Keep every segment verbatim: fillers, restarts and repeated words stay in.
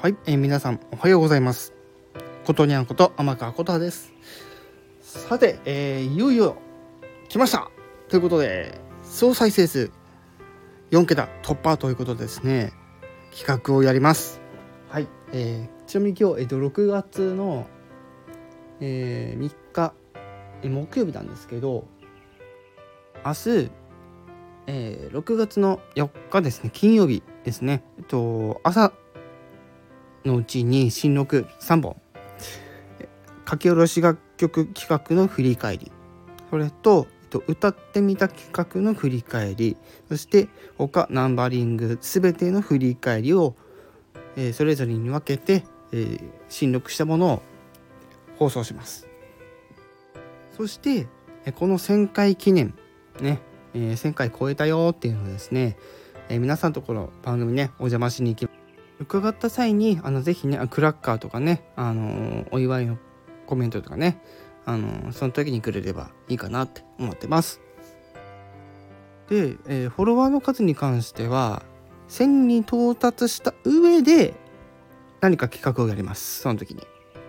はい、えー、皆さんおはようございます。ことにゃんこと天川琴葉です。さて、えー、いよいよ来ましたということで、総再生数よんけた突破ということでですね、企画をやります。はい、えー、ちなみに今日、えー、とろくがつの、えー、みっか、えー、木曜日なんですけど、明日、えー、ろくがつのよっかですね、金曜日ですね、えっと朝のうちに新録さんぼん、書き下ろし楽曲企画の振り返り、それと、えっと、歌ってみた企画の振り返り、そして他ナンバリングすべての振り返りを、えー、それぞれに分けて、えー、新録したものを放送します。そして、えー、このせんかい記念ね、えー、せんかい超えたよっていうのをですね、えー、皆さんのところ番組ねお邪魔しに行きます。伺った際にあのぜひねクラッカーとかね、あのー、お祝いのコメントとかね、あのー、その時にくれればいいかなって思ってます。で、えー、フォロワーの数に関してはせんに到達した上で何か企画をやります。その時に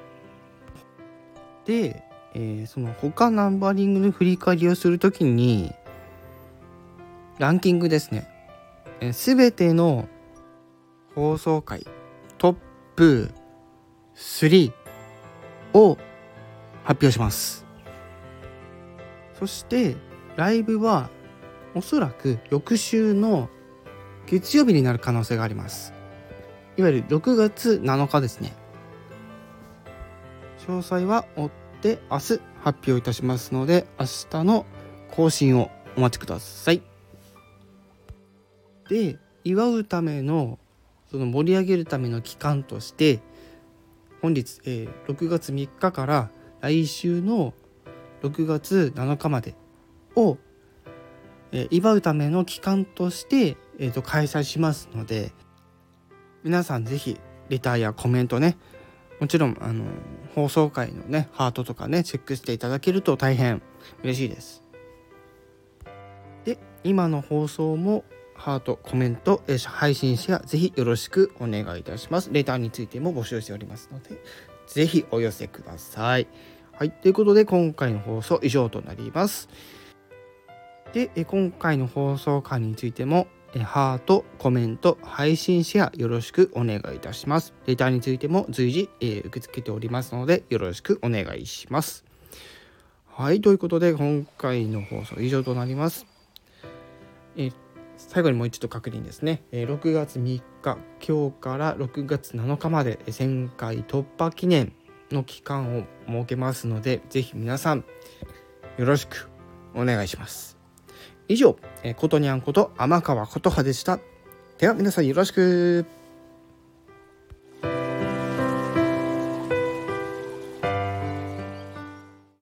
で、えー、その他ナンバリングの振り返りをする時にランキングですね、えー、全ての放送回トップスリーを発表します。そしてライブはおそらく翌週の月曜日になる可能性があります。いわゆるろくがつなのかですね。詳細は追って明日発表いたしますので、明日の更新をお待ちください。で、祝うためのその盛り上げるための期間として本日、えー、ろくがつみっかから来週のろくがつなのかまでを、えー、祝うための期間として、えー、と開催しますので、皆さんぜひレターやコメントね、もちろんあの放送回のねハートとかねチェックしていただけると大変嬉しいです。で、今の放送もハート、コメント、配信シェアぜひよろしくお願いいたします。レターについても募集しておりますのでぜひお寄せください。はい、ということで今回の放送以上となります。で、今回の放送回についてもハート、コメント、配信シェアよろしくお願いいたします。レターについても随時、えー、受け付けておりますのでよろしくお願いします。はい、ということで今回の放送以上となります。えー最後にもう一度確認ですね。ろくがつみっか、今日からろくがつなのかまでせんかい突破記念の期間を設けますので、ぜひ皆さんよろしくお願いします。以上、ことにゃんこと天川琴葉でした。では皆さんよろしく。